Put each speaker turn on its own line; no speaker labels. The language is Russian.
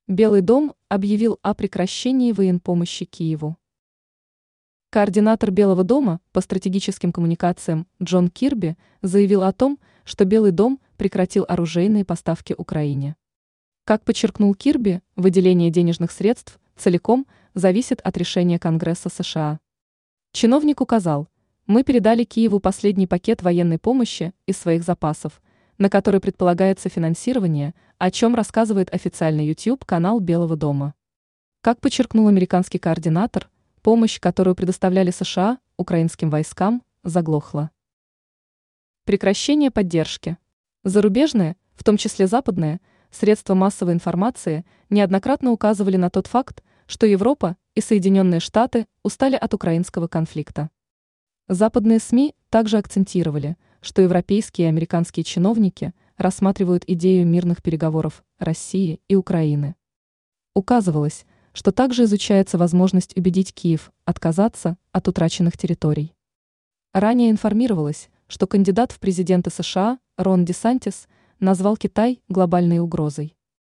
Белый дом объявил о прекращении военпомощи Киеву. Координатор Белого дома по стратегическим коммуникациям Джон Кирби заявил о том, что Белый дом прекратил оружейные поставки Украине. Как подчеркнул Кирби, выделение денежных средств целиком зависит от решения Конгресса США. Чиновник указал: «Мы передали Киеву последний пакет военной помощи из своих запасов, на который предполагается финансирование, о чем рассказывает официальный YouTube-канал Белого дома». Как подчеркнул американский координатор, помощь, которую предоставляли США украинским войскам, заглохла. Прекращение поддержки. Зарубежные, в том числе западные, средства массовой информации неоднократно указывали на тот факт, что Европа и Соединенные Штаты устали от украинского конфликта. Западные СМИ также акцентировали, что европейские и американские чиновники рассматривают идею мирных переговоров России и Украины. Указывалось, что также изучается возможность убедить Киев отказаться от утраченных территорий. Ранее информировалось, что кандидат в президенты США Рон Десантис назвал Китай глобальной угрозой.